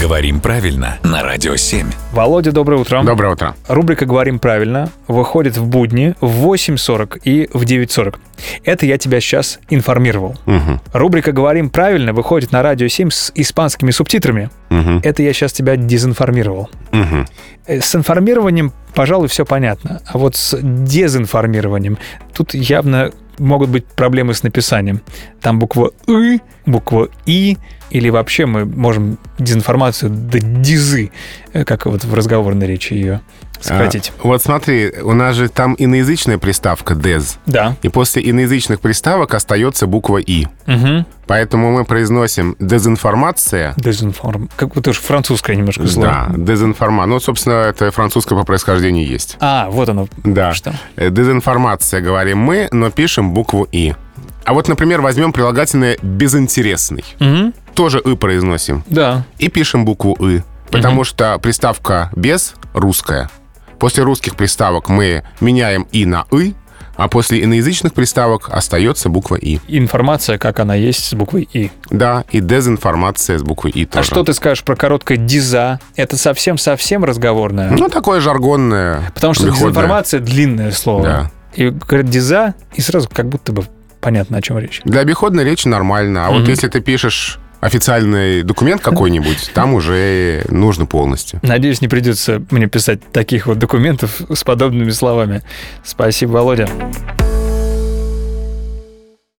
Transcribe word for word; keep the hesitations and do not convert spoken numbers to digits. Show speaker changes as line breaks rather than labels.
Говорим правильно на Радио семь.
Володя, доброе утро.
Доброе утро.
Рубрика «Говорим правильно» выходит в будни в восемь сорок и в девять сорок. Это я тебя сейчас информировал.
Угу.
Рубрика «Говорим правильно» выходит на Радио семь с испанскими субтитрами.
Угу.
Это я сейчас тебя дезинформировал.
Угу.
С информированием, пожалуй, все понятно. А вот с дезинформированием тут явно могут быть проблемы с написанием. Там буква «ы», буква «и», или вообще мы можем дезинформацию до дизы, как вот в разговорной речи ее сократить.
А, вот смотри, у нас же там иноязычная приставка «дез».
Да.
И после иноязычных приставок остается буква «и».
Угу.
Поэтому мы произносим «дезинформация».
Дезинформ... Как будто уж французское немножко слово.
Да, дезинформация. Ну, собственно, это французское по происхождению есть.
А, вот оно.
Да.
Что?
Дезинформация, говорим мы, но пишем букву «и». А вот, например, возьмем прилагательное «безинтересный».
Угу.
Тоже «и» произносим.
Да.
И пишем букву «и». Потому
Угу.
что приставка «без» русская. После русских приставок мы меняем «и» на «и», а после иноязычных приставок остается буква «и».
Информация, как она есть, с буквой «и».
Да, и дезинформация с буквой «и» тоже.
А что ты скажешь про короткое «диза»? Это совсем-совсем разговорное?
Ну, такое жаргонное.
Потому что
обиходное.
дезинформация — длинное слово.
Да.
И говорят «диза», и сразу как будто бы понятно, о чем речь.
Для обиходной речи нормально. А
Мгм.
вот если ты пишешь официальный документ какой-нибудь, там уже нужно полностью.
Надеюсь, не придется мне писать таких вот документов с подобными словами. Спасибо, Володя.